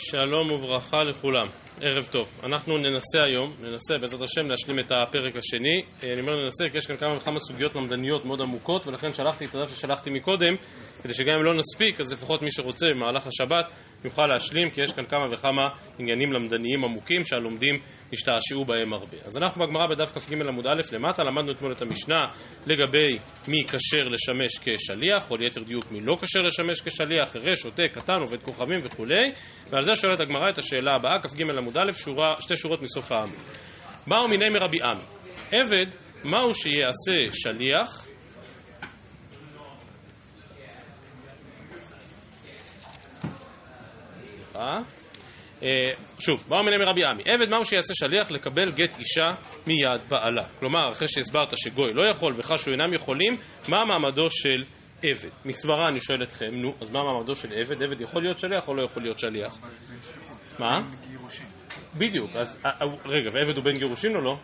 שלום וברכה לכולם, ערב טוב. אנחנו ננסה בעזרת השם להשלים את הפרק השני. אני אומר ננסה כי יש כאן כמה וכמה סוגיות למדניות מאוד עמוקות, ולכן שלחתי את הדף ששלחתי מקודם, כדי שגם אם לא נספיק, אז לפחות מי שרוצה במהלך השבת יוכל להשלים, כי יש כאן כמה וכמה עניינים למדניים עמוקים שהלומדים השתעשעו בהם הרבה. אז אנחנו בגמרא בדף כ"ג עמוד א' למטה, למדנו אתמול את המשנה לגבי מי כשר לשמש כשליח, או ליתר דיוק מי לא כשר לשמש כשליח, חירש, שוטה, קטן, עובד כוכבים וכולי. ועל זה שואלת הגמרא את השאלה הבאה, כ"ג עמוד א', שתי שורות מסוף העמוד. באו מיני מרבי עמי, עבד, מהו שיעשה שליח? שוב, באו מיני מרבי עמי, עבד, מהו שיעשה שליח לקבל גט אישה מיד בעלה? כלומר, אחרי שהסברת שגוי לא יכול וחשו אינם יכולים, מה מעמדו של עבד? מסברה אני שואל אתכם, נו, אז מה מעמדו של עבד? עבד יכול להיות שליח או לא יכול להיות שליח? מה? בדיוק, אז רגע, ועבד הוא בן גירושין או לא?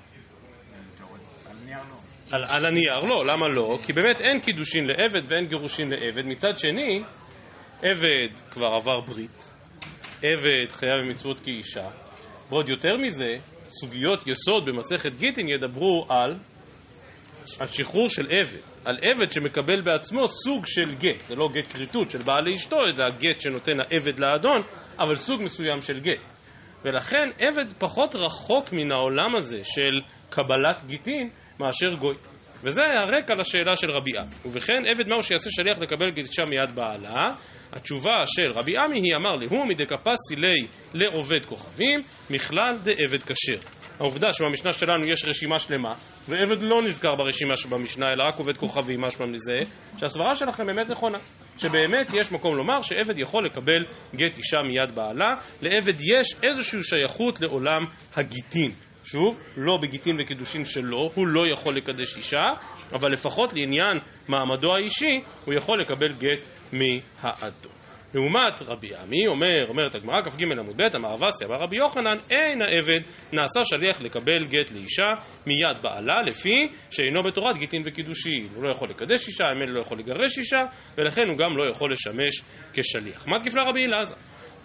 על הנייר לא, למה לא? כי באמת אין קידושין לעבד ואין גירושין לעבד. מצד שני, עבד כבר עבר ברית, עבד חייב במצוות כאישה, ועוד יותר מזה, סוגיות יסוד במסכת גיטין ידברו על שחרור של עבד, על עבד שמקבל בעצמו סוג של גט, זה לא גט כריתות של בעל לאשתו, אלא גט שנותן העבד לאדון, אבל סוג מסוים של גט. ולכן עבד פחות רחוק מן העולם הזה של קבלת גיטין מאשר גוי. וזה הרקע לשאלה של רבי עמי. ובכן, עבד מהו שיעשה שליח לקבל גט אישה מיד בעלה? התשובה של רבי עמי היא אמר להו מדקפסי לי לעובד כוכבים מכלל דעבד כשר. העובדה שבמשנה שלנו יש רשימה שלמה ועבד לא נזכר ברשימה שבמשנה אלא רק עובד כוכבים, משמע מזה שהסברה שלכם באמת נכונה, שבאמת יש מקום לומר שעבד יכול לקבל גט אישה מיד בעלה. לעבד יש איזושהי שייכות לעולם הגיטין, שוב, לא בגיטין וקידושין שלו, הוא לא יכול לקדש אישה, אבל לפחות לעניין מעמדו האישי הוא יכול לקבל גט מהאדון. לעומת רבי עמי, אומרת הגמרא כ"ג עמוד ב', אמר רב אסי אמר רבי יוחנן, אין העבד נעשה שליח לקבל גט לאישה מיד בעלה, לפי שאינו בתורת גיטין וקידושין. הוא לא יכול לקדש אישה, האמת לא יכול לגרש אישה, ולכן הוא גם לא יכול לשמש כשליח. מה תקיף לרבי אלעזר?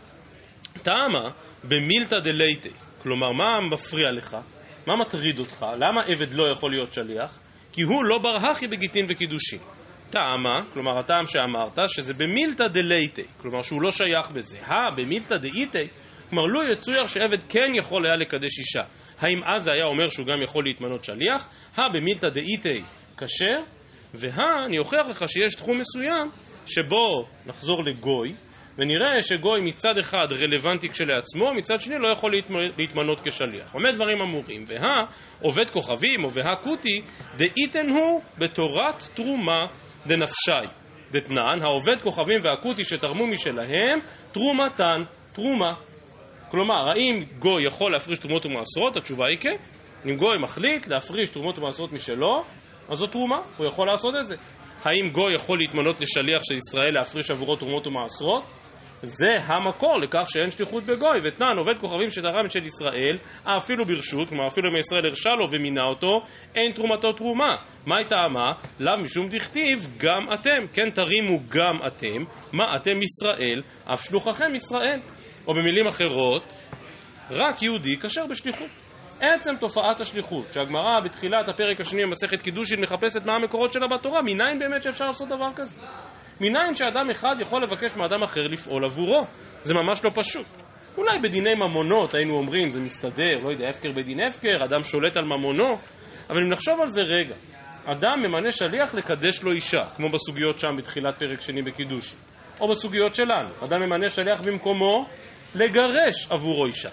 טעמה במילתא דלייטי, כלומר מה מפריע לך? מה מטריד אותך? למה עבד לא יכול להיות שליח? כי הוא לא ברהכי בגיטין וקידושין. טעמה, כלומר הטעם שאמרת, שזה במילתא דלייטי, כלומר שהוא לא שייך בזה. במילתא דאיטי, כלומר לא יצויר שעבד כן יכול היה לקדש אישה. האם אז זה היה אומר שהוא גם יכול להתמנות שליח? במילתא דאיטי כשר, אני אוכיח לך שיש תחום מסוים שבו נחזור לגוי, ונראה שגוי מצד אחד רלוונטי כשלעצמו, מצד שני לא יכול להתמנות כשליח. עומד דברים אמורים, עובד כוכבים או קוטי, דאיתן הוא בתורת תרומה דנפשי. דתנן, העובד כוכבים והקוטי שתרמו משלהם, תרומתן, תרומה. כלומר, האם גוי יכול להפריש תרומות ומעשרות? התשובה היא כן. אם גוי מחליט להפריש תרומות ומעשרות משלו, אז זו תרומה, הוא יכול לעשות את זה. האם גוי יכול להתמנות לשליח של ישראל להפריש עבורו תרומות ומעשרות? זה המקור לכך שאין שליחות בגוי. ותנן, עובד כוכבים שתרם של ישראל, אפילו ברשות, כלומר אפילו מישראל הרשה לו ומינה אותו, אין תרומתו תרומה. מה הייתה מה? לאו משום דכתיב גם אתם, כן תרימו גם אתם, מה אתם ישראל, אף שלוחכם ישראל. או במילים אחרות, רק יהודי כשר בשליחות. עצם תופעת השליחות, שהגמרא בתחילת הפרק השני במסכת קידושין מחפשת מה המקורות שלה בתורה, מניין באמת שאפשר לעשות דבר כזה? מניין שאדם אחד יכול לבקש מאדם אחר לפעול עבורו? זה ממש לא פשוט. אולי בדיני ממונות היינו אומרים זה מסתדר, לא יודע, הפקר בדין הפקר, אדם שולט על ממונו, אבל אם נחשוב על זה רגע, אדם ממנה שליח לקדש לו אישה, כמו בסוגיות שם בתחילת פרק שני בקידושין, או בסוגיות שלנו, אדם ממנה שליח במקומו לגרש עבורו אישה.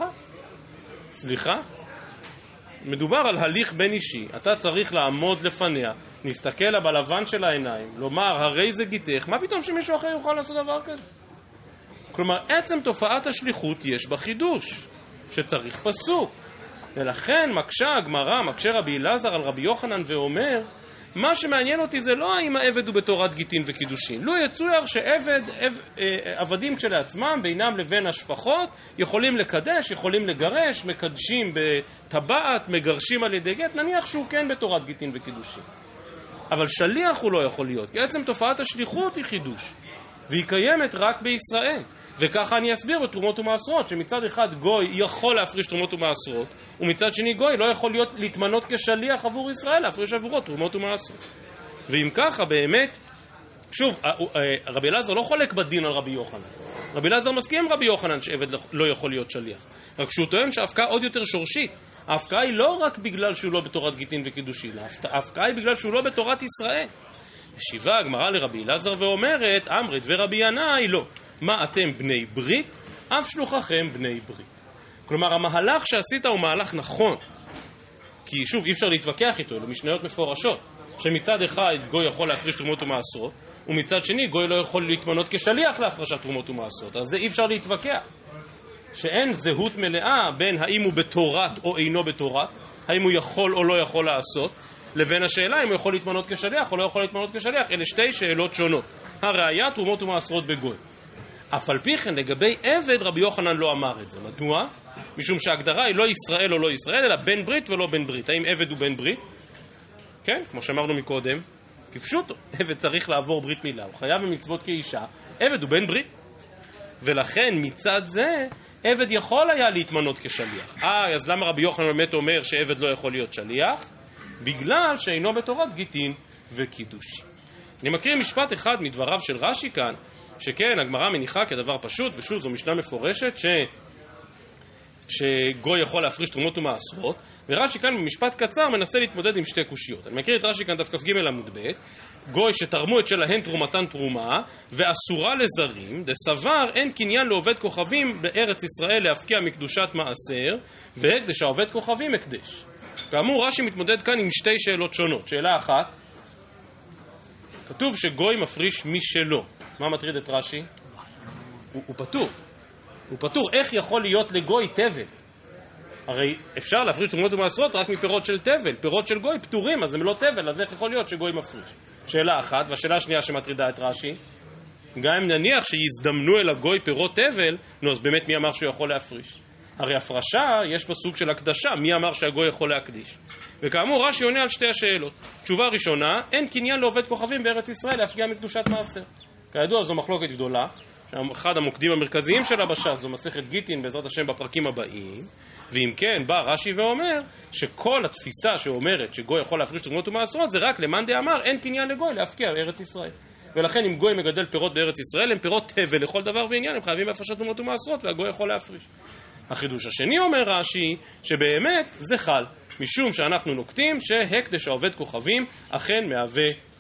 סליחה? מדובר על הליך בין אישי, אתה צריך לעמוד לפניה, נסתכל לה בלבן של העיניים, לומר הרי זה גיתך, מה פתאום שמישהו אחר יוכל לעשות דבר כזה? כלומר, עצם תופעת השליחות יש בה חידוש, שצריך פסוק, ולכן מקשה הגמרא, מקשה רבי אלעזר על רבי יוחנן ואומר, מה שמעניין אותי זה לא האם העבד הוא בתורת גיטין וקידושין. לא יצויר שעבדים כשלעצמם בינם לבין השפחות יכולים לקדש, יכולים לגרש, מקדשים בטבעת, מגרשים על ידי גט, נניח שהוא כן בתורת גיטין וקידושין. אבל שליח הוא לא יכול להיות, כי עצם תופעת השליחות היא חידוש, והיא קיימת רק בישראל. וככה אני אסביר בתרומות ומעשרות, שמצד אחד גוי יכול להפריש תרומות ומעשרות, ומצד שני גוי לא יכול להתמנות כשליח עבור ישראל, להפריש עבורו תרומות ומעשרות. ואם ככה באמת, שוב, רבי אלעזר לא חולק בדין על רבי יוחנן. רבי אלעזר מסכים עם רבי יוחנן שעבד לא יכול להיות שליח. רק שהוא טוען שההפקעה עוד יותר שורשית. ההפקעה היא לא רק בגלל שהוא לא בתורת גיטין וקידושין, ההפקעה היא בגלל שהוא לא בתורת ישראל. משיבה הגמרא לרבי אלעזר ואומרת, אמרת ורבי ינאי לא. מה אתם בני ברית? אף שלוחכם בני ברית. כלומר, המהלך שעשית הוא מהלך נכון. כי שוב, אי אפשר להתווכח איתו, אלו משניות מפורשות. שמצד אחד גוי יכול להפריש תרומות ומעשרות, ומצד שני גוי לא יכול להתמנות כשליח להפרשת תרומות ומעשרות. אז זה אי אפשר להתווכח. שאין זהות מלאה בין האם הוא בתורת או אינו בתורת, האם הוא יכול או לא יכול לעשות, לבין השאלה אם הוא יכול להתמנות כשליח או לא יכול להתמנות כשליח. אלה שתי שאלות שונות. הראיה, תרומות ומעשרות בגוי. אף על פי כן לגבי עבד רבי יוחנן לא אמר את זה. מדוע? משום שההגדרה היא לא ישראל או לא ישראל, אלא בן ברית ולא בן ברית. האם עבד הוא בן ברית? כן, כמו שאמרנו מקודם, כפשוטו, עבד צריך לעבור ברית מילה, הוא חייב במצוות כאישה, עבד הוא בן ברית. ולכן מצד זה, עבד יכול היה להתמנות כשליח. אז למה רבי יוחנן באמת אומר שעבד לא יכול להיות שליח? בגלל שאינו בתורת גיטין וקידושי. אני מקריא משפט אחד מדבריו של רש"י כאן, שכן, הגמרא מניחה כדבר פשוט, ושוב זו משנה מפורשת, שגוי יכול להפריש תרומות ומעשרות, ורש"י כאן במשפט קצר מנסה להתמודד עם שתי קושיות. אני מכיר את רש"י כאן דף כ"ג עמוד ב', גוי שתרמו את שלהן תרומתן תרומה, ואסורה לזרים, דסבר אין קניין לעובד כוכבים בארץ ישראל להפקיע מקדושת מעשר, והקדש העובד כוכבים הקדש. כאמור, רש"י מתמודד כאן עם שתי שאלות שונות. שאלה אחת, כתוב שגוי מפריש משלו. מה מטריד את רש"י? הוא פטור. הוא פטור. איך יכול להיות לגוי תבל? הרי אפשר להפריש תרומות ומעשרות רק מפירות של תבל. פירות של גוי פטורים, אז הם לא תבל, אז איך יכול להיות שגוי מפריש? שאלה אחת, והשאלה השנייה שמטרידה את רש"י, גם אם נניח שיזדמנו אל הגוי פירות תבל, נו, אז באמת מי אמר שהוא יכול להפריש? הרי הפרשה יש פה סוג של הקדשה, מי אמר שהגוי יכול להקדיש? וכאמור רש"י עונה על שתי השאלות. תשובה ראשונה, אין קניין לעובד כוכבים בארץ ישראל להפקיע מקדושת מעשר. כידוע זו מחלוקת גדולה, אחד המוקדים המרכזיים שלה בש"ס זו מסכת גיטין בעזרת השם בפרקים הבאים, ואם כן בא רש"י ואומר שכל התפיסה שאומרת שגוי יכול להפריש תרומות ומעשרות זה רק למאן דאמר אין קניין לגוי להפקיע בארץ ישראל. ולכן אם גוי מגדל פירות בארץ ישראל הם פירות תבל לכל דבר ועניין, הם חייבים בהפרשת תרומות ומעשרות והגוי יכול להפריש. החידוש השני אומר רש"י שבאמת זה חל, משום שאנחנו נוקטים שהקדש העובד כוכבים אכן מהווה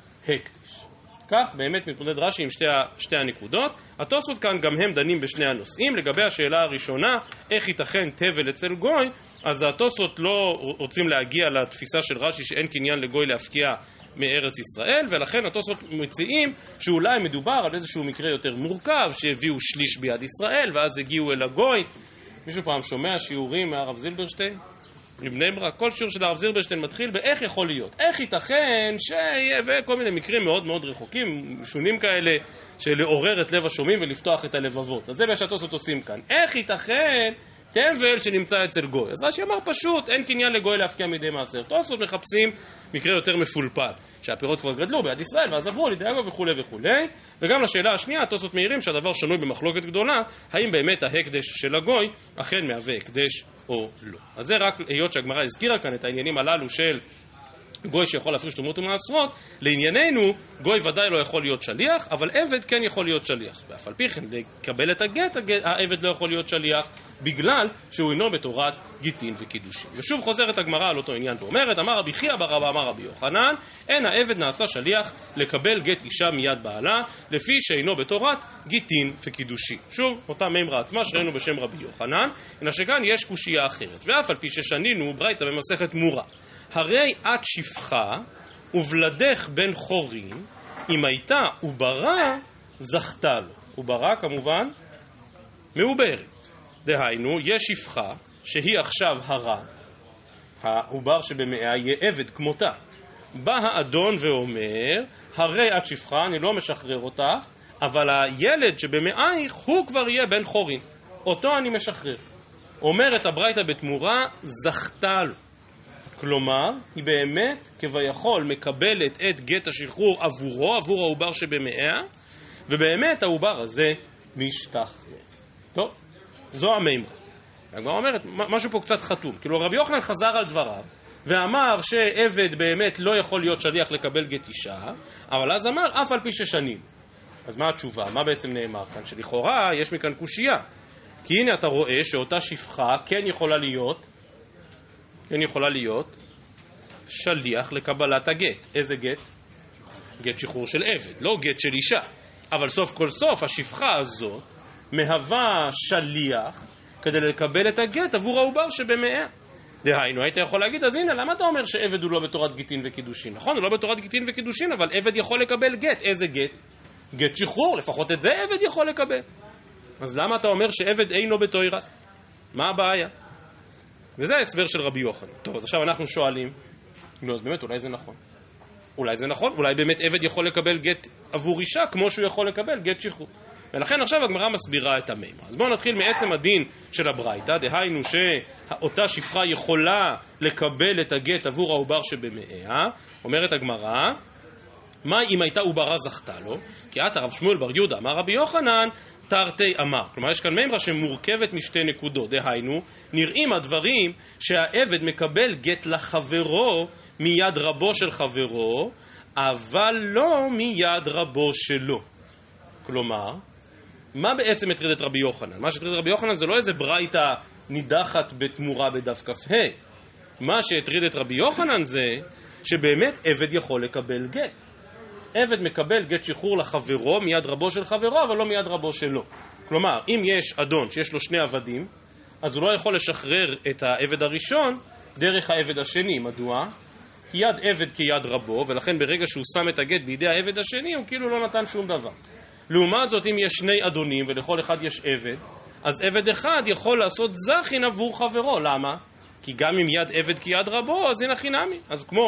הקדש. כך באמת מתמודד רש"י עם שתי הנקודות. התוספות כאן גם הם דנים בשני הנושאים. לגבי השאלה הראשונה, איך ייתכן תבל אצל גוי, אז התוספות לא רוצים להגיע לתפיסה של רש"י שאין קניין לגוי להפקיע מארץ ישראל, ולכן התוספות מציעים שאולי מדובר על איזשהו מקרה יותר מורכב, שהביאו שליש ביד ישראל ואז הגיעו אל הגוי. מישהו פעם שומע שיעורים מהרב זילברשטיין? מבני ברק, כל שיעור של הרב זילברשטיין מתחיל באיך יכול להיות, איך ייתכן שיהיה, וכל מיני מקרים מאוד מאוד רחוקים, שונים כאלה, שלעורר את לב השומעים ולפתוח את הלבבות. אז זה מה שהתוספות עושים כאן. איך ייתכן תבל שנמצא אצל גוי? אז רש"י אמר פשוט, אין קניין לגוי להפקיע מידי מעשר. תוספות מחפשים מקרה יותר מפולפל, שהפירות כבר גדלו ביד ישראל ואז עברו לידי הגוי וכו' וכו'. וגם לשאלה השנייה, התוספות מעירים שהדבר שנוי במחלוקת גדולה, האם באמת ההקדש של הגוי אכן מהווה הקדש או לא. אז זה רק היות שהגמרא הזכירה כאן את העניינים הללו של גוי שיכול להפריש תרומות ומעשרות, לענייננו גוי ודאי לא יכול להיות שליח, אבל עבד כן יכול להיות שליח. ואף על פי כן לקבל את הגט, העבד לא יכול להיות שליח בגלל שהוא אינו בתורת גיטין וקידושין. ושוב חוזרת הגמרא על אותו עניין ואומרת, אמר רבי חייא בר אבא אמר רבי יוחנן, אין העבד נעשה שליח לקבל גט אישה מיד בעלה, לפי שאינו בתורת גיטין וקידושין. שוב, אותה מימרה עצמה שראינו בשם רבי יוחנן, אלא שכאן יש קושיה אחרת. ואף על פי ששנינו ברייתא במסכת מורה, הרי את שפחה ובלדך בן חורים, אם הייתה עוברה זכתה לו. עוברה כמובן מעוברת. דהיינו, יש שפחה שהיא עכשיו הרה, העובר שבמאה יהיה עבד כמותה. בא האדון ואומר, הרי את שפחה, אני לא משחרר אותך, אבל הילד שבמאייך הוא כבר יהיה בן חורים. אותו אני משחרר. אומרת הברייתא בתמורה, זכתה לו. כלומר, היא באמת כביכול מקבלת את גט השחרור עבורו, עבור העובר שבמאה, ובאמת העובר הזה משתחרר. זו המימרה. הגמרא אומרת, משהו פה קצת חתום. כאילו רבי יוחנן חזר על דבריו, ואמר שעבד באמת לא יכול להיות שליח לקבל גט אישה, אבל אז אמר, אף על פי ששנים. אז מה התשובה? מה בעצם נאמר כאן? שלכאורה יש מכאן קושייה. כי הנה אתה רואה שאותה שפחה כן יכולה להיות שליח לקבלת הגט. איזה גט? גט שחרור של עבד, לא גט של אישה. אבל סוף כל סוף השפחה הזאת מהווה שליח כדי לקבל את הגט עבור העובר שבמאה. דהיינו, היית יכול להגיד, אז הנה, למה אתה אומר שעבד הוא לא בתורת גיטין וקידושין? נכון, הוא לא בתורת גיטין וקידושין, אבל עבד יכול לקבל גט. איזה גט? גט שחרור, לפחות את זה עבד יכול לקבל. אז למה אתה אומר שעבד אינו בתוירס? מה הבעיה? וזה ההסבר של רבי יוחנן. טוב, אז עכשיו אנחנו שואלים, נו, אז באמת, אולי זה נכון. אולי באמת עבד יכול לקבל גט עבור אישה, כמו שהוא יכול לקבל גט שחרור. ולכן עכשיו הגמרא מסבירה את המימרה. אז בואו נתחיל מעצם הדין של הברייתא, דהיינו שאותה שפחה יכולה לקבל את הגט עבור העובר שבמאה. אומרת הגמרא, מה אם הייתה עוברה זכתה לו? כי את הרב שמואל בר יהודה אמר רבי יוחנן, תרתי אמר. כלומר יש כאן מימרה שמורכבת משתי נקודות, דהיינו נראים הדברים שהעבד מקבל גט לחברו מיד רבו של חברו, אבל לא מיד רבו שלו. כלומר, מה בעצם הטריד את רבי יוחנן? מה שהטריד את רבי יוחנן זה לא איזה ברייתא נידחת בתמורה בדף כ"ה. מה שהטריד את רבי יוחנן זה שבאמת עבד יכול לקבל גט. עבד מקבל גט שחרור לחברו מיד רבו של חברו, אבל לא מיד רבו שלו. כלומר, אם יש אדון שיש לו שני עבדים, אז הוא לא יכול לשחרר את העבד הראשון דרך העבד השני. מדוע? כי יד עבד כיד רבו, ולכן ברגע שהוא שם את הגט בידי העבד השני, הוא כאילו לא נתן שום דבר. לעומת זאת, אם יש שני אדונים ולכל אחד יש עבד, אז עבד אחד יכול לעשות זכין עבור חברו. למה? כי גם אם יד עבד כיד רבו, אז הנה חינמי. אז כמו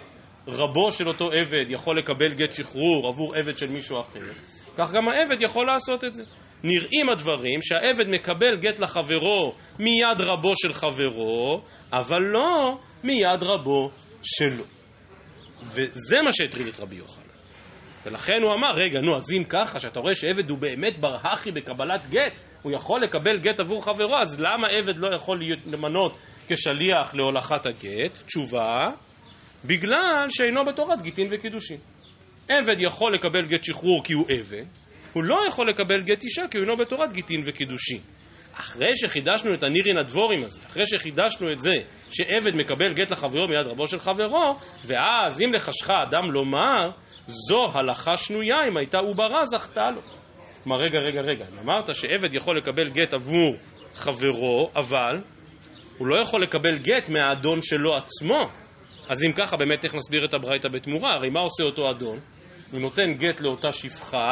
שרבו של אותו עבד יכול לקבל גט שחרור עבור עבד של מישהו אחר, כך גם העבד יכול לעשות את זה. נראים הדברים שהעבד מקבל גט לחברו מיד רבו של חברו, אבל לא מיד רבו שלו. וזה מה שהטריד את רבי יוחנן. ולכן הוא אמר, רגע, נו, אז אם ככה, שאתה רואה שעבד הוא באמת ברהכי בקבלת גט, הוא יכול לקבל גט עבור חברו, אז למה עבד לא יכול למנות כשליח להולכת הגט? תשובה, בגלל שאינו בתורת גיטין וקידושין. עבד יכול לקבל גט שחרור כי הוא עבד, הוא לא יכול לקבל גט אישה כי הוא אינו בתורת גיטין וקידושין. אחרי שחידשנו את הנירין הדבורים הזה, אחרי שחידשנו את זה שעבד מקבל גט לחברו מיד רבו של חברו, ואז אם לחשך אדם לומר, זו הלכה שנויה אם הייתה עוברה זכתה לו. כלומר, רגע, אמרת שעבד יכול לקבל גט עבור חברו, אבל הוא לא יכול לקבל גט מהאדון שלו עצמו. אז אם ככה, באמת איך נסביר את הברייתא בתמורה? הרי מה עושה אותו אדון? הוא נותן גט לאותה שפחה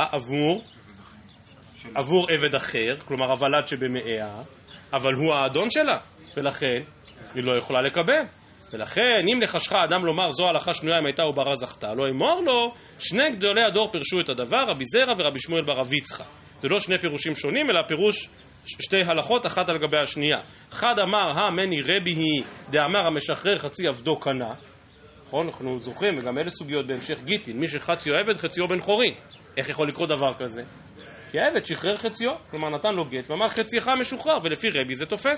עבור עבד אחר, כלומר הוולד שבמאה, אבל הוא האדון שלה, ולכן היא לא יכולה לקבל. ולכן אם לחשך אדם לומר זו הלכה שנויה אם הייתה עוברה זכתה, לא אמור לו, שני גדולי הדור פירשו את הדבר, רבי זרע ורבי שמואל בר רב יצחק. זה לא שני פירושים שונים, אלא פירוש שתי הלכות אחת על גבי השנייה. אחד אמר המני רבי היא דאמר המשחרר חצי עבדו קנה. נכון, אנחנו זוכרים, וגם אלה סוגיות בהמשך גיטין, מי שחציו עבד חציו בן חורין. איך יכול לקרות דבר כזה? כי העבד שחרר חציו, כלומר נתן לו גט ואמר חצייך משוחרר, ולפי רבי זה תופס.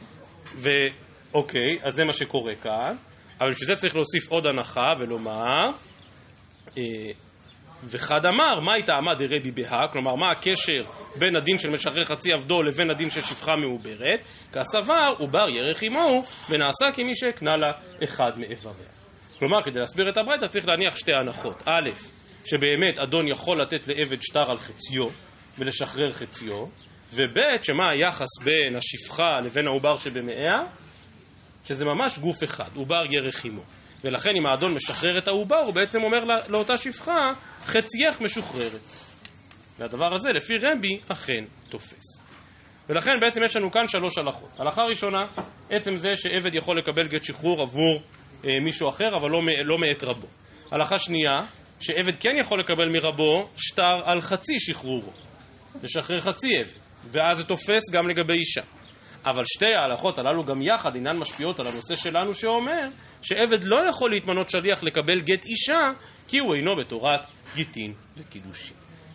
אוקיי, אז זה מה שקורה כאן, אבל בשביל זה צריך להוסיף עוד הנחה ולומר, וחד אמר, מה הייתה עמד רבי בהה, כלומר מה הקשר בין הדין של משחרר חצי עבדו לבין הדין של שפחה מעוברת, כסבר עובר ירך עמו ונעשה כמי שהקנה לה אחד מאיבריה. כלומר, כדי להסביר את הברייתא צריך להניח שתי הנחות. א', שבאמת אדון יכול לתת לעבד שטר על חציו ולשחרר חציו, וב', שמה היחס בין השפחה לבין העובר שבמאה, שזה ממש גוף אחד, עובר ירך עמו. ולכן אם האדון משחרר את העובר, הוא בעצם אומר לאותה שפחה, חצייך משוחררת. והדבר הזה, לפי רבי, אכן תופס. ולכן בעצם יש לנו כאן שלוש הלכות. הלכה ראשונה, עצם זה שעבד יכול לקבל גט שחרור עבור מישהו אחר, אבל לא מאת רבו. הלכה שנייה, שעבד כן יכול לקבל מרבו שטר על חצי שחרורו, לשחרר חצי עבד, ואז זה תופס גם לגבי אישה. אבל שתי ההלכות הללו גם יחד אינן משפיעות על הנושא שלנו שאומר שעבד לא יכול להתמנות שליח לקבל גט אישה כי הוא אינו בתורת גיטין וקידושין.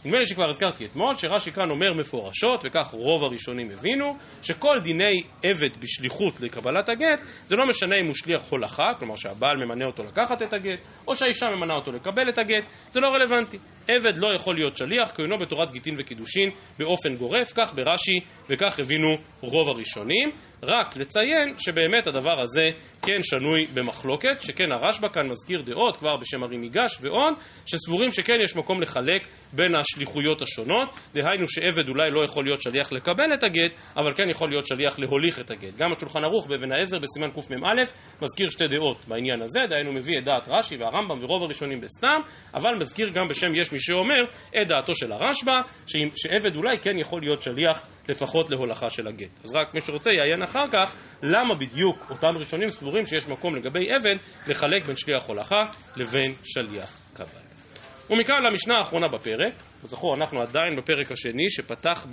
נדמה לי שכבר הזכרתי אתמול, שרש"י כאן אומר מפורשות, וכך רוב הראשונים הבינו, שכל דיני עבד בשליחות לקבלת הגט, זה לא משנה אם הוא שליח הולכה, כלומר שהבעל ממנה אותו לקחת את הגט, או שהאישה ממנה אותו לקבל את הגט, זה לא רלוונטי. עבד לא יכול להיות שליח, כי הוא אינו בתורת גיטין וקידושין באופן גורף, כך ברש"י וכך הבינו רוב הראשונים. רק לציין שבאמת הדבר הזה כן שנוי במחלוקת, שכן הרשב"א כאן מזכיר דעות כבר בשם הרי מיגש ועוד, שסבורים שכן יש מקום לחלק בין השליחויות השונות, דהיינו שעבד אולי לא יכול להיות שליח לקבל את הגט, אבל כן יכול להיות שליח להוליך את הגט. גם השולחן ערוך באבן העזר בסימן קמ"א מזכיר שתי דעות בעניין הזה, דהיינו מביא את דעת רש"י והרמב"ם ורוב הראשונים בסתם, אבל מזכיר גם בשם יש מי שאומר את דעתו של הרשב"א, שעבד אולי כן יכול להיות שליח לפחות להולכה של הגט. אז רק מי שרוצה יעיין אחר כך למה בדיוק אותם ראשונים סבורים שיש מקום לגבי עבד לחלק בין שליח הולכה לבין שליח קבלה. ומכאן למשנה האחרונה בפרק, זכור אנחנו עדיין בפרק השני שפתח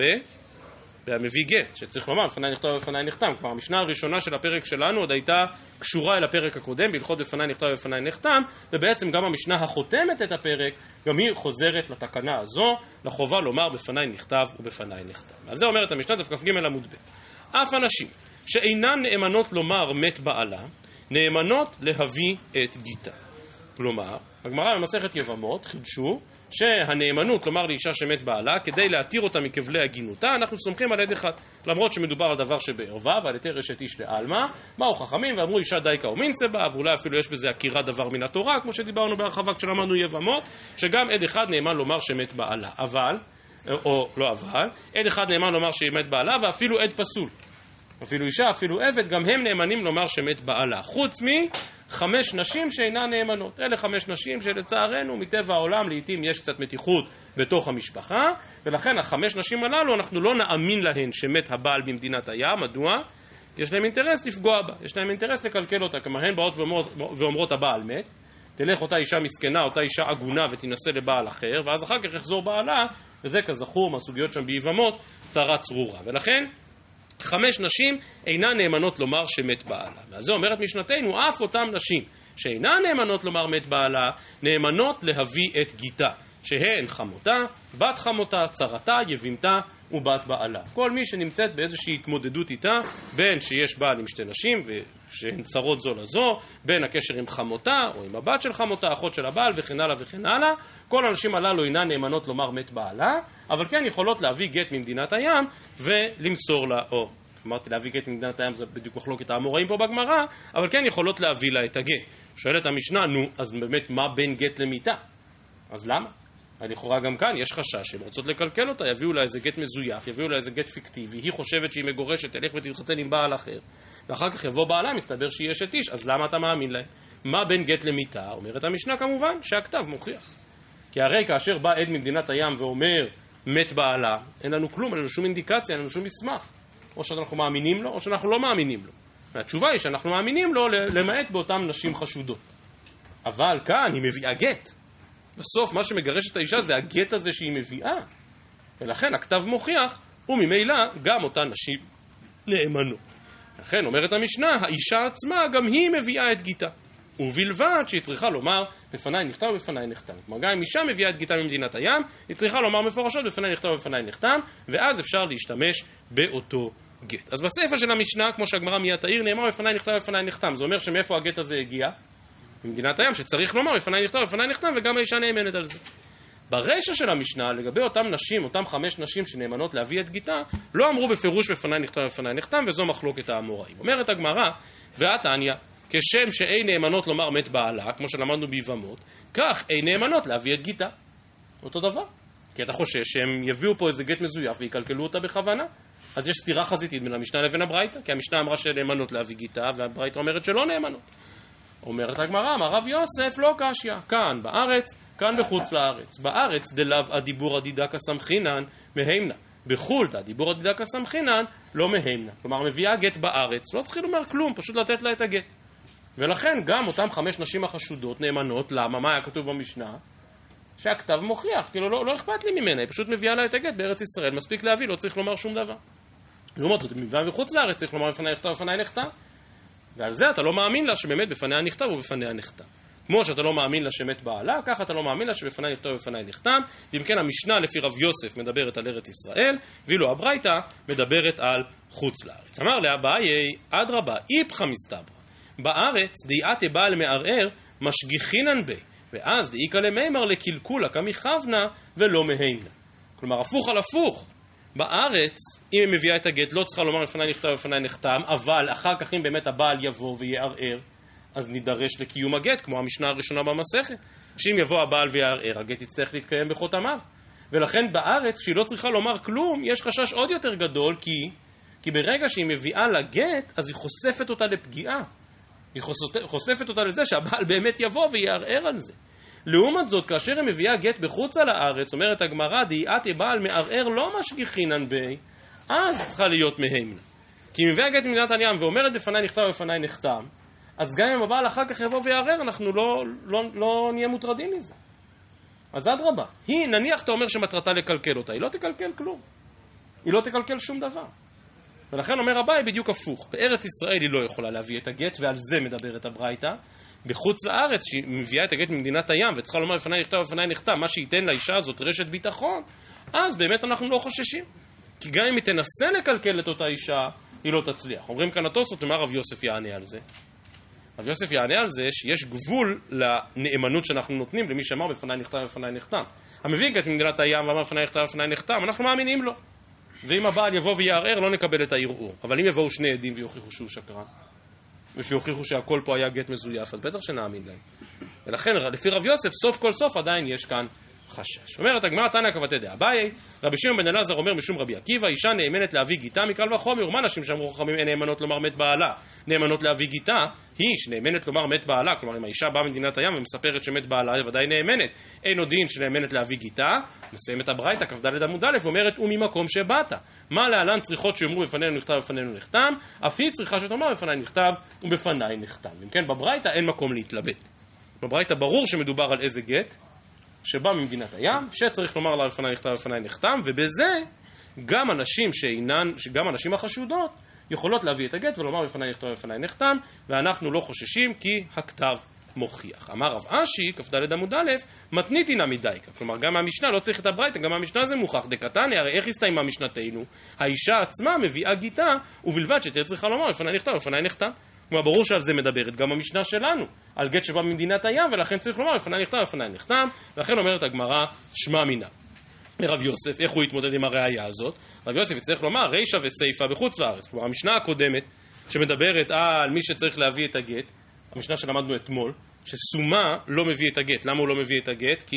במביא גט, שצריך לומר בפני נכתב ובפני נחתם, כלומר המשנה הראשונה של הפרק שלנו עוד הייתה קשורה אל הפרק הקודם, בהלכות בפני נכתב ובפני נחתם, ובעצם גם המשנה החותמת את הפרק, גם היא חוזרת לתקנה הזו, לחובה לומר בפני נכתב ובפני נחתם. על זה אומרת המשנה דף כ"ג עמוד ב'. אף הנשים שאינן נאמנות לומר מת בעלה, נאמנות להביא את גיתה. כלומר, הגמרא במסכת יבמות חידשו שהנאמנות לומר לאישה שמת בעלה, כדי להתיר אותה מכבלי הגינותה, אנחנו סומכים על עד אחד, למרות שמדובר על דבר שבערווה ועל היתר אשת איש לעלמא. באו חכמים ואמרו אישה דייקה ומינצה בה, ואולי אפילו יש בזה הכירה דבר מן התורה, כמו שדיברנו בהרחבה כשלמדנו יבמות, שגם עד אחד נאמן לומר שמת בעלה, אבל, או לא אבל, עד אחד נאמן לומר שמת בעלה, ואפילו עד פסול, אפילו אישה, אפילו עבד, גם הם נאמנים לומר שמת בעלה, חוץ מחמש נשים שאינן נאמנות. אלה 5 נשים שלצערנו מטבע העולם לעתים יש קצת מתיחות בתוך המשפחה, ולכן 5 נשים הללו אנחנו לא נאמין להן שמת הבעל במדינת הים. מדוע? יש להם אינטרס לפגוע בה, יש להם אינטרס לקלקל אותה, כלומר הן באות ואומרות הבעל מת, תלך אותה אישה מסכנה, אותה אישה עגונה ותנסה לבעל אחר, ואז אחר כך יחזור בעלה, וזה כזכור מהסוגיות שם ביבמות צרה צרורה. ולכן 5 נשים אינן נאמנות לומר שמת בעלה. ועל זה אומרת משנתנו, אף אותם נשים שאינן נאמנות לומר מת בעלה, נאמנות להביא את גיתה, שהן חמותה, בת חמותה, צרתה, יבימתה ובת בעלה. כל מי שנמצאת באיזושהי התמודדות איתה, בין שיש בעל עם 2 נשים ושהן צרות זו לזו, בין הקשר עם חמותה או עם הבת של חמותה, אחות של הבעל וכן הלאה וכן הלאה, כל הנשים הללו אינן נאמנות לומר מת בעלה, אבל כן יכולות להביא גט ממדינת הים ולמסור לה, או אמרתי להביא גט ממדינת הים, זה בדיוק מחלוקת האמוראים פה בגמרא, אבל כן יכולות להביא לה את הגט. שואלת המשנה, נו, אז באמת מה בין גט למיתה? אז למה? לכאורה גם כאן יש חשש שהן רוצות לקלקל אותה, יביאו לה איזה גט מזויף, יביאו לה איזה גט פיקטיבי, היא חושבת שהיא מגורשת, תלך ותתחתן עם בעל אחר, ואחר כך יבוא בעלה, מסתבר שהיא אשת איש, אז למה אתה מאמין להם? מה בין גט למיתה? אומרת המשנה כמובן שהכתב מוכיח. כי הרי כאשר בא עד ממדינת הים ואומר מת בעלה, אין לנו כלום, אין לנו שום אינדיקציה, אין לנו שום מסמך. או שאנחנו מאמינים לו, או שאנחנו לא מאמינים לו. והתשובה היא שאנחנו מאמינים לו למעט באותן נשים חשודות. אבל כאן היא מביאה גט. בסוף מה שמגרש את האישה זה הגט הזה שהיא מביאה. ולכן הכתב מוכיח, וממילא גם אותן נשים נאמנות. לכן אומרת המשנה, האישה עצמה גם היא מביאה את גיתה. ובלבד שהיא צריכה לומר בפניי נכתב ובפניי נחתם. כלומר גם אם אישה מביאה את גיתה ממדינת הים, היא צריכה לומר מפורשות בפניי נכתב ובפניי נחתם, ואז אפשר להשתמש באותו גט. אז בספר של המשנה, כמו שהגמרא מיד תאיר, נאמר בפניי נכתב ובפניי נחתם. זה אומר שמאיפה הגט הזה הגיע? ממדינת הים, שצריך לומר בפניי נכתב ובפניי נחתם, וגם האישה נאמנת על זה. ברשע של המשנה, לגבי אותם נשים, אותם 5 נשים שנאמנות להביא את גיתה, לא אמרו בפירוש בפניי נכתב ובפניי נחתם, וזו מחלוקת האמוראים. אומרת הגמרא, והתניא, כשם שאין נאמנות לומר מת בעלה, כמו שלמדנו ביבמות, כך אין נאמנות להביא את גיתה. אותו דבר. כי אתה חושש שהם יביאו פה איזה גט מזויף ויקלקלו אותה בכוונה. אז יש סתירה חזיתית בין המשנה לבין הברייתא, כי המשנה אמרה שנאמנות להביא גיתה, והברייתא אומרת שלא נאמנות. אומרת הגמרא, אמר רב יוסף לא קשיא, כאן בארץ, כאן בחוץ לארץ. בארץ דלאו הדיבור הדידקה סמכינן מהימנה. בחו"ל הדיבור הדידקה סמכינן לא מהימנה. כלומר מביאה גט בארץ, לא צריכים לומר כלום, פשוט לתת לה את הגט. ולכן גם אותם 5 נשים החשודות נאמנות, למה? מה היה כתוב במשנה? שהכתב מוכיח, כאילו לא אכפת לי ממנה, היא פשוט מביאה לה את הגט בארץ ישראל, מספיק להביא, לא צריך לומר שום דבר. לעומת זאת, מביאה מחוץ לארץ, צריך לומר בפניה נכתב ובפניה נחתם. ועל זה אתה לא מאמין לה שבאמת בפניה נכתב ובפניה נחתם. כמו שאתה לא מאמין לה שמת בעלה, ככה אתה לא מאמין לה שבפני נכתב ובפני נחתם, ואם כן המשנה לפי רב יוסף מדברת על ארץ ישראל, ואילו הברייתא מדברת על חוץ לארץ. אמר לאביי, אדרבה, איפכא מסתברא, בארץ דאיעתי בעל מערער משגיחינן בי, ואז דאיכא למימר לקלקולה כמכוונה ולא מהימנה. כלומר, הפוך על הפוך. בארץ, אם היא מביאה את הגט, לא צריכה לומר לפני נכתב ולפני נחתם, אבל אחר כך אם באמת הבעל יבוא ויערער, אז נידרש לקיום הגט, כמו המשנה הראשונה במסכת, שאם יבוא הבעל ויערער, הגט יצטרך להתקיים בחותמיו. ולכן בארץ, כשהיא לא צריכה לומר כלום, יש חשש עוד יותר גדול, כי ברגע שהיא מביאה לגט, אז היא חושפת אותה לפגיעה. היא חושפת אותה לזה שהבעל באמת יבוא ויערער על זה. לעומת זאת, כאשר היא מביאה גט בחוץ על הארץ, אומרת הגמרא, דאיעתי בעל מערער לא משגיחינן בי, אז צריכה להיות מהימנה. כי אם מביאה גט ממדינת הים ואומרת בפני נכתב ובפני נחתם, אז גם אם הבעל אחר כך יבוא ויערער, אנחנו לא נהיה מוטרדים מזה. אז אדרבה, היא, נניח אתה אומר שמטרתה לקלקל אותה, היא לא תקלקל כלום. היא לא תקלקל שום דבר. ולכן אומר אביי בדיוק הפוך. בארץ ישראל היא לא יכולה להביא את הגט, ועל זה מדברת הברייתא. בחוץ לארץ, שהיא מביאה את הגט ממדינת הים, וצריכה לומר לפני נכתב ובפני נחתם, מה שייתן לאישה הזאת רשת ביטחון, אז באמת אנחנו לא חוששים. כי גם אם היא תנסה לקלקל את אותה אישה, היא לא תצליח. אומרים כאן התוספות, ומה רב יוסף יענה על זה? רב יוסף יענה על זה שיש גבול לנאמנות שאנחנו נותנים למי שאמר בפני נכתב ובפני נחתם. המביא גט ממדינת הים ואמר בפני נכתב ובפני נחתם, אנחנו מאמינים לו. ואם הבעל יבוא ויערער, לא נקבל את הערעור. אבל אם יבואו שני עדים ויוכיחו שהוא שקרן, ושיוכיחו שהכל פה היה גט מזויף, אז בטח שנאמין להם. ולכן, לפי רב יוסף, סוף כל סוף עדיין יש כאן חשש. אומרת הגמרא, תנא כבתי דאביי, רבי שמעון בן אלעזר אומר משום רבי עקיבא, אישה נאמנת להביא גיתה מקל וחומר, ומה נשים שאמרו חכמים אין נאמנות לומר מת בעלה? נאמנות להביא גיתה, היא שנאמנת לומר מת בעלה, כלומר אם האישה באה ממדינת הים ומספרת שמת בעלה, היא ודאי נאמנת. אין עוד דין שנאמנת להביא גיתה, מסיימת הברייתא כ"ד עמוד א', אומרת וממקום שבאת. מה להלן צריכות שיאמרו בפנינו נכתב ובפנינו נחתם, אף היא צריכה שתאמר בפניי נכתב ובפניי נחתם. אם כן, בברייתא אין מקום להתלבט. בברייתא ברור שמדובר על איזה גט שבא ממדינת הים, שצריך לומר לה לפני נכתב ולפני נחתם, ובזה גם הנשים החשודות יכולות להביא את הגט ולומר לפני נכתב ולפני נחתם, ואנחנו לא חוששים כי הכתב מוכיח. אמר רב אשי, כ"ד עמוד א', מתניתינא מדייקה. כלומר, גם מהמשנה לא צריך את הברייתא, גם מהמשנה זה מוכח. דקתני, הרי איך הסתיימה משנתנו? האישה עצמה מביאה גיתה, ובלבד שתהיה צריכה לומר לפני נכתב ולפני נחתם. כלומר, ברור שעל זה מדברת גם המשנה שלנו, על גט שבא ממדינת הים, ולכן צריך לומר לפני נכתב ולפני נחתם, ולכן אומרת הגמרא שמע מינה. רב יוסף, איך הוא יתמודד עם הראיה הזאת? רב יוסף צריך לומר רישא וסייפא בחוץ לארץ. כלומר, המשנה הקודמת שמדברת על מי שצריך להביא את הגט, המשנה שלמדנו אתמול, שסומה לא מביא את הגט. למה הוא לא מביא את הגט?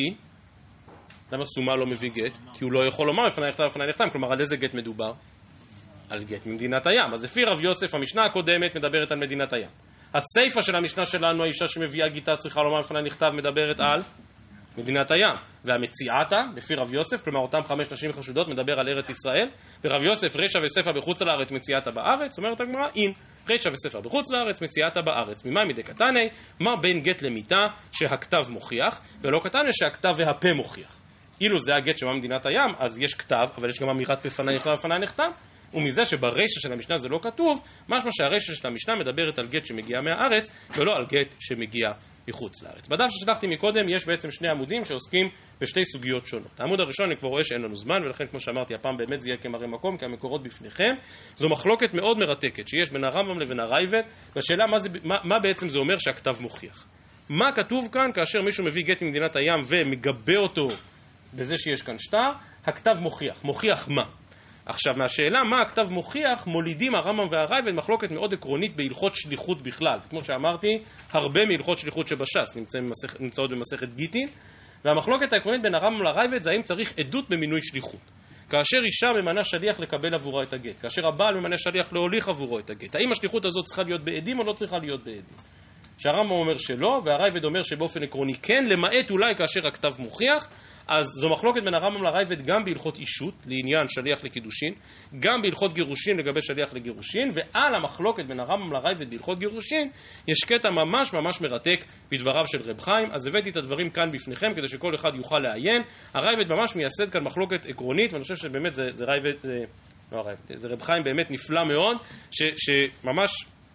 למה סומה לא מביא גט? כי הוא לא יכול לומר לפני נכתב ולפני נחתם. כלומר, על איזה גט מדובר? על גט ממדינת הים. אז לפי רב יוסף, המשנה הקודמת מדברת על מדינת הים. הסייפה של המשנה שלנו, האישה שמביאה גיתה צריכה לומר לפני נכתב, מדברת על מדינת הים. והמציאתה, לפי רב יוסף, כלומר אותם 5 נשים חשודות, מדבר על ארץ ישראל. ורב יוסף, רישא וסייפא בחוץ לארץ, מציאתה בארץ. אומרת הגמרא, אין, רישא וסייפא בחוץ לארץ, מציאתה בארץ. ממה מדקתני? מה בין גט למיתה שהכתב מוכיח, ולא קטני שהכתב והפה מוכיח. אילו זה הגט שבא ממדינת הים, אז יש כתב, אבל יש גם אמירת בפני נכתב ולפני נחתם. ומזה שברישא של המשנה זה לא כתוב, משמע שהרישא של המשנה מדברת על גט שמגיע מהארץ, ולא על גט שמגיע מחוץ לארץ. בדף ששלחתי מקודם יש בעצם 2 עמודים שעוסקים בשתי סוגיות שונות. העמוד הראשון אני כבר רואה שאין לנו זמן, ולכן כמו שאמרתי הפעם באמת זה יהיה כמראה מקום, כי המקורות בפניכם. זו מחלוקת מאוד מרתקת שיש בין הרמב"ם לבין הראב"ד, והשאלה מה בעצם זה אומר שהכתב מוכיח. מה כתוב כאן כאשר מישהו מביא גט ממדינת הים ומגבה אותו בזה שיש כאן שטר? הכתב מוכיח. מוכיח מה? עכשיו, מהשאלה מה הכתב מוכיח, מולידים הרמב"ם והראב"ד מחלוקת מאוד עקרונית בהלכות שליחות בכלל. כמו שאמרתי, הרבה מהלכות שליחות שבש"ס נמצאות במסכת גיטין, והמחלוקת העקרונית בין הרמב"ם לראב"ד זה האם צריך עדות במינוי שליחות. כאשר אישה ממנה שליח לקבל עבורה את הגט, כאשר הבעל ממנה שליח להוליך עבורו את הגט, האם השליחות הזאת צריכה להיות בעדים או לא צריכה להיות בעדים? שהרמב"ם אומר שלא, והראב"ד אומר שבאופן עקרוני כן, למעט אולי כאשר הכתב מוכיח. אז זו מחלוקת בין הרמב"ם לראב"ד גם בהלכות אישות, לעניין שליח לקידושין, גם בהלכות גירושין לגבי שליח לגירושין, ועל המחלוקת בין הרמב"ם לראב"ד בהלכות גירושין, יש קטע ממש ממש מרתק בדבריו של רב חיים. אז הבאתי את הדברים כאן בפניכם כדי שכל אחד יוכל לעיין. הראב"ד ממש מייסד כאן מחלוקת עקרונית, ואני חושב שבאמת זה רב חיים באמת נפלא מאוד, שממש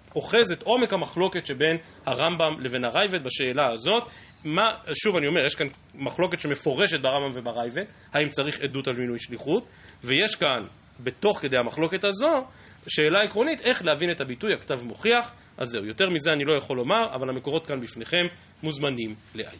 אוחז את עומק המחלוקת שבין הרמב"ם לבין הרייבד בשאלה הזאת. שוב אני אומר, יש כאן מחלוקת שמפורשת ברמב"ם וברייבד, האם צריך עדות על מינוי שליחות, ויש כאן בתוך כדי המחלוקת הזו שאלה עקרונית איך להבין את הביטוי הכתב מוכיח. אז זהו, יותר מזה אני לא יכול לומר, אבל המקורות כאן בפניכם מוזמנים לעיין.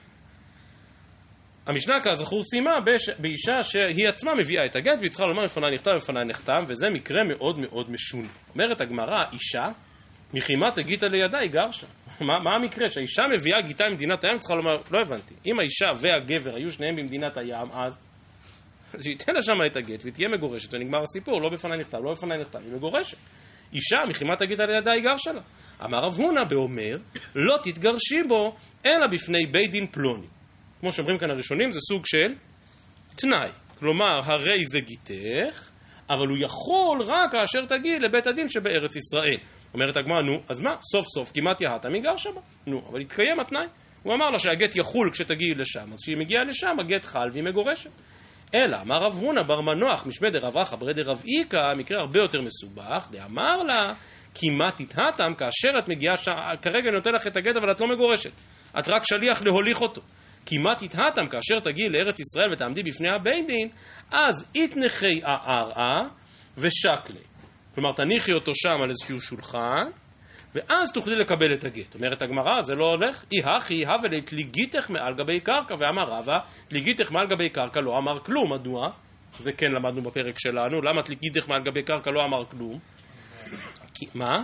המשנה כזכור סיימה באישה שהיא עצמה מביאה את הגט והיא צריכה לומר לפני נכתב ולפני נחתם, וזה מקרה מאוד מאוד משונה. אומרת הגמרא, אישה מחימת הגיתה לידה היא גרשה. מה המקרה? שהאישה מביאה גיטה ממדינת הים, צריכה לומר, לא הבנתי, אם האישה והגבר היו שניהם במדינת הים, אז שייתן לה שם את הגט והיא תהיה מגורשת ונגמר הסיפור, לא בפני נכתב, לא בפני נחתם, היא מגורשת. אישה מחימת הגיתה לידה היא גרשה לה. אמר רב הונא באומר, לא תתגרשי בו אלא בפני בית דין פלוני. כמו שאומרים כאן הראשונים, זה סוג של תנאי. כלומר, הרי זה גיתך, אבל הוא יכול רק כאשר תגיעי לבית הדין שבארץ ישראל. אומרת הגמרא, נו, אז מה? סוף סוף כמעט יהתה מגרשה בה. נו, אבל התקיים התנאי. הוא אמר לה שהגט יחול כשתגיעי לשם, אז כשהיא מגיעה לשם, הגט חל והיא מגורשת. אלא, אמר רב הונא בר מנוח, משמי דרב אחא ברי דרב איקא, מקרה הרבה יותר מסובך, דאמר לה, כמעט התהתם, כאשר את מגיעה שם, כרגע אני נותן לך את הגט, אבל את לא מגורשת. את רק שליח להוליך אותו. כמעט התהתם, כאשר תגיעי לארץ ישראל ותעמדי בפני הבית דין, אז יתנחי הערעה ושקלי. כלומר, תניחי אותו שם על איזשהו שולחן, ואז תוכלי לקבל את הגט. אומרת הגמרא, זה לא הולך? אי הכי הווה תליגיתך מעל גבי קרקע, ואמר רבא, תליגיתך מעל גבי קרקע לא אמר כלום. מדוע? זה כן למדנו בפרק שלנו. למה תליגיתך מעל גבי קרקע לא אמר כלום? מה?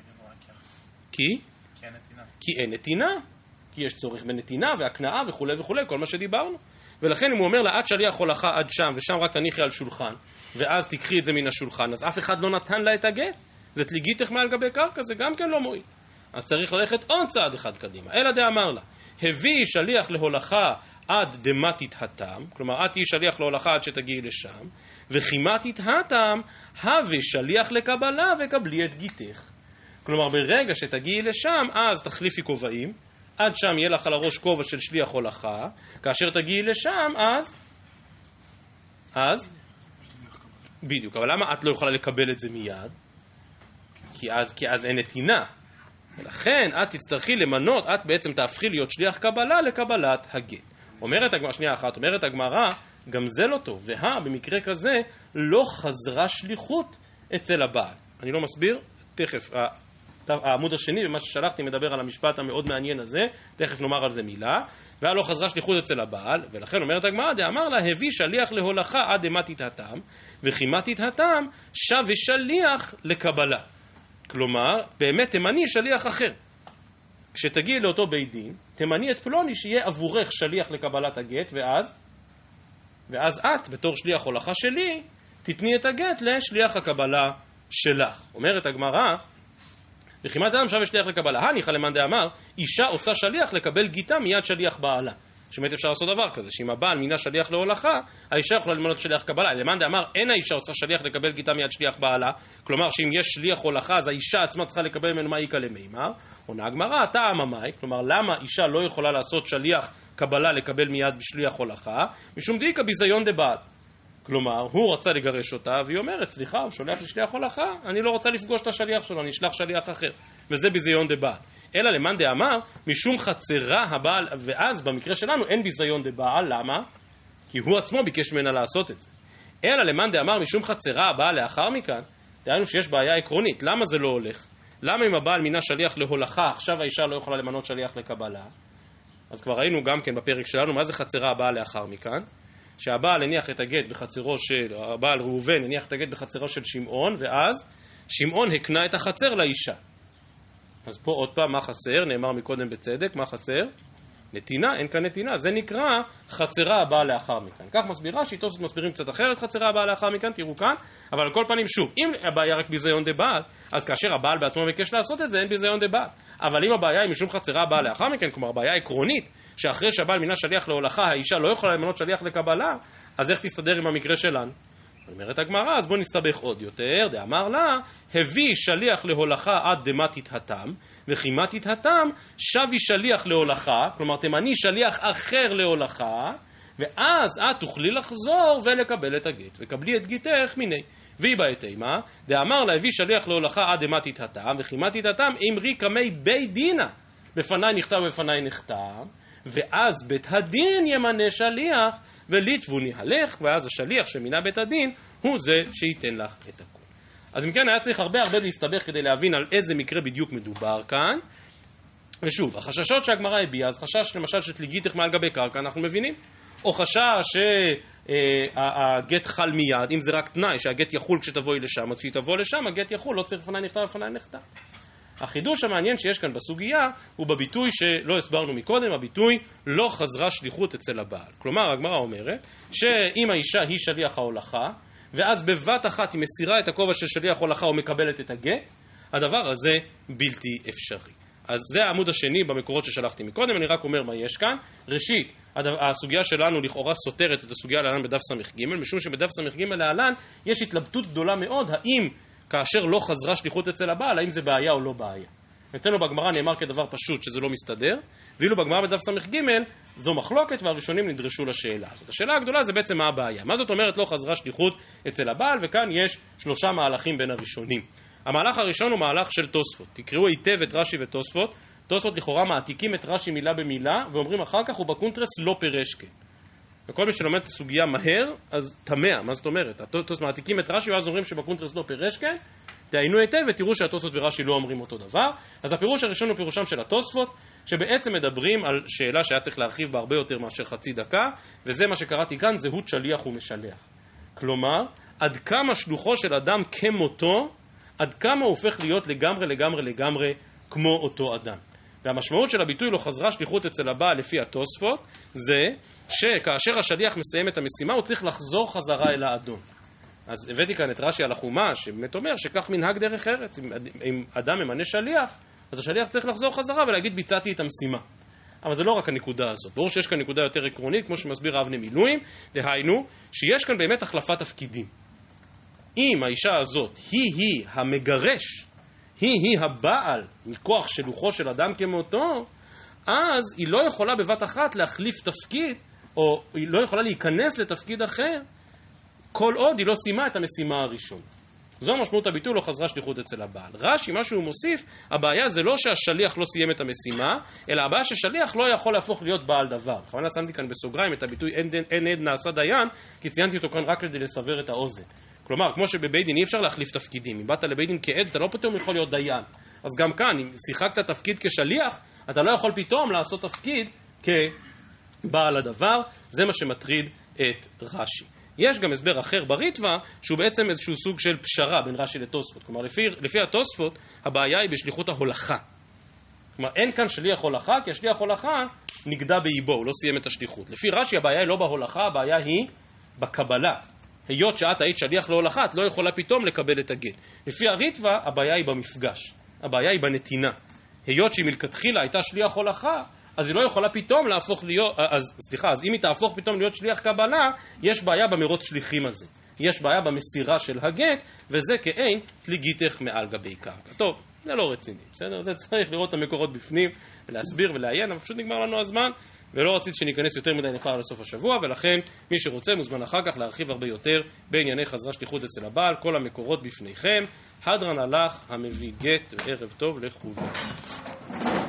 כי אין נתינה. כי יש צורך בנתינה והקנאה וכו' וכו', כל מה שדיברנו. ולכן אם הוא אומר לה, עד שליח הולכה עד שם, ושם רק תניחי על שולחן, ואז תקחי את זה מן השולחן, אז אף אחד לא נתן לה את הגט. זה תליגיתך מעל גבי קרקע, זה גם כן לא מועיל. אז צריך ללכת עוד צעד אחד קדימה. אלא דאמר לה, הביא שליח להולכה עד דמת התהתם, כלומר, את תהי שליח להולכה עד שתגיעי לשם, וכמעט התהתם, הווה שליח לקבלה וקבלי את גיתך. כלומר, ברגע שתגיעי לשם, אז תחליפי כובעים, עד שם יהיה לך על הראש כובע של שליח הולכה, כאשר תגיעי לשם, אז בדיוק, אבל למה את לא יכולה לקבל את זה מיד? כי אז אין נתינה. ולכן את תצטרכי למנות, את בעצם תהפכי להיות שליח קבלה לקבלת הגט. אומרת הגמרא, גם זה לא טוב. במקרה כזה לא חזרה שליחות אצל הבעל. אני לא מסביר, תכף. העמוד השני במה ששלחתי מדבר על המשפט המאוד מעניין הזה, תכף נאמר על זה מילה. והלא חזרה שליחות אצל הבעל, ולכן אומרת הגמרא, דאמר לה, הביא שליח להולכה עד דמת התהתם, וכמעט התהתם שווה שליח לקבלה. כלומר, באמת תמני שליח אחר. כשתגיעי לאותו בית דין, תמני את פלוני שיהיה עבורך שליח לקבלת הגט, ואז את, בתור שליח הולכה שלי, תתני את הגט לשליח הקבלה שלך. אומרת הגמרא, וכמעט אדם שווה שליח לקבלה. הניחא למאן דאמר, אישה עושה שליח לקבל גיטה מיד שליח בעלה. שבאמת אפשר לעשות דבר כזה, שאם הבעל מינה שליח להולכה, האישה יכולה למנות שליח קבלה. למאן דאמר, אין האישה עושה שליח לקבל גיטה מיד שליח בעלה, כלומר שאם יש שליח הולכה, אז האישה עצמה צריכה לקבל ממנו מאיקה למימר. עונה הגמרא, טעם המאי, כלומר למה אישה לא יכולה לעשות שליח קבלה לקבל מיד בשליח הולכה? משום דאיכא ביזיון דבעל. כלומר, הוא רצה לגרש אותה, והיא אומרת, סליחה, הוא שולח לי שליח הולכה, אני לא רוצה לפגוש את השליח שלו, אני אשלח שליח אחר. וזה ביזיון דבעל. אלא למאן דאמר, משום חצרה הבעל, ואז במקרה שלנו אין ביזיון דבעל, למה? כי הוא עצמו ביקש ממנה לעשות את זה. אלא למאן דאמר, משום חצרה הבעל לאחר מכאן, דהיינו שיש בעיה עקרונית, למה זה לא הולך? למה אם הבעל מינה שליח להולכה, עכשיו האישה לא יכולה למנות שליח לקבלה? אז כבר ראינו גם כן בפרק שלנו, מה זה חצרה הבעל לאחר מכאן? שהבעל הניח את הגט בחצרו של, הבעל ראובן הניח את הגט בחצרו של שמעון, ואז שמעון הקנה את החצר לאישה. אז פה עוד פעם, מה חסר? נאמר מקודם בצדק, מה חסר? נתינה, אין כאן נתינה, זה נקרא חצרה הבאה לאחר מכאן. כך מסבירה, שיטות מסבירים קצת אחרת חצרה הבאה לאחר מכאן, תראו כאן, אבל על כל פנים שוב, אם הבעיה רק ביזיון דבעל, אז כאשר הבעל בעצמו מבקש לעשות את זה, אין ביזיון דבעל. אבל אם הבעיה היא משום חצרה הבאה לאחר מכן, כלומר בעיה עקרונית, שאחרי שהבעל מינה שליח להולכה, האישה לא יכולה למנות שליח לקבלה, אז איך תסתדר עם המקרה שלנו? אומרת הגמרא, אז בוא נסתבך עוד יותר. דאמר לה, הביא שליח להולכה עד דמת התהתם, וכמעט התהתם שבי שליח להולכה, כלומר תמני שליח אחר להולכה, ואז את תוכלי לחזור ולקבל את הגט, וקבלי את גיתך מיני. והיא באתימה, דאמר להביא שליח להולכה עד אמתית הטעם, וכימתית הטעם אמרי כמי בית דינה, בפניי נכתב ובפניי נכתב, ואז בית הדין ימנה שליח, וליטבוני הלך, ואז השליח שמינה בית הדין, הוא זה שייתן לך את הכל. אז אם כן, היה צריך הרבה להסתבך כדי להבין על איזה מקרה בדיוק מדובר כאן. ושוב, החששות שהגמרא הביאה, אז חשש למשל שתליגיתך מעל גבי קרקע, אנחנו מבינים. או חשש שהגט חל מיד, אם זה רק תנאי שהגט יחול כשתבואי לשם, אז כשהיא תבוא לשם, הגט יחול, לא צריך לפני נכתב לפני נכתב. החידוש המעניין שיש כאן בסוגיה הוא בביטוי שלא הסברנו מקודם, הביטוי לא חזרה שליחות אצל הבעל. כלומר, הגמרא אומרת שאם האישה היא שליח ההולכה, ואז בבת אחת היא מסירה את הכובע של שליח הולכה ומקבלת את הגט, הדבר הזה בלתי אפשרי. אז זה העמוד השני במקורות ששלחתי מקודם, אני רק אומר מה יש כאן. ראשית, הסוגיה שלנו לכאורה סותרת את הסוגיה להלן בדף ס"ג, משום שבדף ס"ג להלן יש התלבטות גדולה מאוד, האם כאשר לא חזרה שליחות אצל הבעל, האם זה בעיה או לא בעיה. אצלנו בגמרא נאמר כדבר פשוט שזה לא מסתדר, ואילו בגמרא בדף ס"ג זו מחלוקת והראשונים נדרשו לשאלה הזאת. השאלה הגדולה זה בעצם מה הבעיה. מה זאת אומרת לא חזרה שליחות אצל הבעל, וכאן יש 3 מהלכים בין הראשונים. המהלך הראשון הוא מהלך של תוספות. תקראו היטב את רש"י ותוספות. תוספות לכאורה מעתיקים את רש"י מילה במילה, ואומרים אחר כך הוא בקונטרס לא פרשקה. וכל מי שלומד את הסוגיה מהר, אז תמה, מה זאת אומרת? התוספות מעתיקים את רש"י, ואז אומרים שבקונטרס לא פרשקה, תעיינו היטב ותראו שהתוספות ורש"י לא אומרים אותו דבר. אז הפירוש הראשון הוא פירושם של התוספות, שבעצם מדברים על שאלה שהיה צריך להרחיב בה הרבה יותר מאשר חצי דקה, וזה מה שקראתי כאן, זהות שליח ומשלח. כלומר, עד כמה שלוחו של אדם כמותו, עד כמה הוא הופך להיות לגמרי כמו אותו אדם. והמשמעות של הביטוי לא חזרה שליחות אצל הבעל לפי התוספות, זה שכאשר השליח מסיים את המשימה, הוא צריך לחזור חזרה אל האדון. אז הבאתי כאן את רש"י על החומה, שבאמת אומר שכך מנהג דרך ארץ. אם אדם ממנה שליח, אז השליח צריך לחזור חזרה ולהגיד ביצעתי את המשימה. אבל זה לא רק הנקודה הזאת. ברור שיש כאן נקודה יותר עקרונית, כמו שמסביר אבני מילואים, דהיינו, שיש כאן באמת החלפת תפקידים. אם האישה הזאת היא המגרש, היא הבעל מכוח שלוחו של אדם כמותו, אז היא לא יכולה בבת אחת להחליף תפקיד, או היא לא יכולה להיכנס לתפקיד אחר, כל עוד היא לא סיימה את המשימה הראשונה. זו המשמעות הביטוי לא חזרה שליחות אצל הבעל. רש"י, מה שהוא מוסיף, הבעיה זה לא שהשליח לא סיים את המשימה, אלא הבעיה ששליח לא יכול להפוך להיות בעל דבר. בכוונה שמתי כאן בסוגריים את הביטוי אין עד נעשה דיין, כי ציינתי אותו כאן רק כדי לסבר את האוזן. כלומר, כמו שבבית דין אי אפשר להחליף תפקידים. אם באת לבית דין כעד, אתה לא פתאום יכול להיות דיין. אז גם כאן, אם שיחקת תפקיד כשליח, אתה לא יכול פתאום לעשות תפקיד כבעל הדבר. זה מה שמטריד את רש"י. יש גם הסבר אחר בריטווה, שהוא בעצם איזשהו סוג של פשרה בין רש"י לתוספות. כלומר, לפי התוספות, הבעיה היא בשליחות ההולכה. כלומר, אין כאן שליח הולכה, כי השליח הולכה נגדע באיבו, הוא לא סיים את השליחות. לפי רש"י, הבעיה היא לא בהולכה, הבעיה היא בקבלה. היות שאת היית שליח להולכה, את לא יכולה פתאום לקבל את הגט. לפי הריטווה, הבעיה היא במפגש. הבעיה היא בנתינה. היות שהיא מלכתחילה הייתה שליח הולכה, אז היא לא יכולה פתאום להפוך להיות, אז אם היא תהפוך פתאום להיות שליח קבלה, יש בעיה במרוץ שליחים הזה. יש בעיה במסירה של הגט, וזה כאין תליגיתך מעל גבי קרקע. טוב, זה לא רציני, בסדר? זה צריך לראות את המקורות בפנים, ולהסביר ולעיין, אבל פשוט נגמר לנו הזמן, ולא רציתי שניכנס יותר מדי נפער לסוף השבוע, ולכן מי שרוצה מוזמן אחר כך להרחיב הרבה יותר בענייני חזרה שליחות אצל הבעל, כל המקורות בפניכם. הדרן הלך המביא גט, וערב טוב לכולם.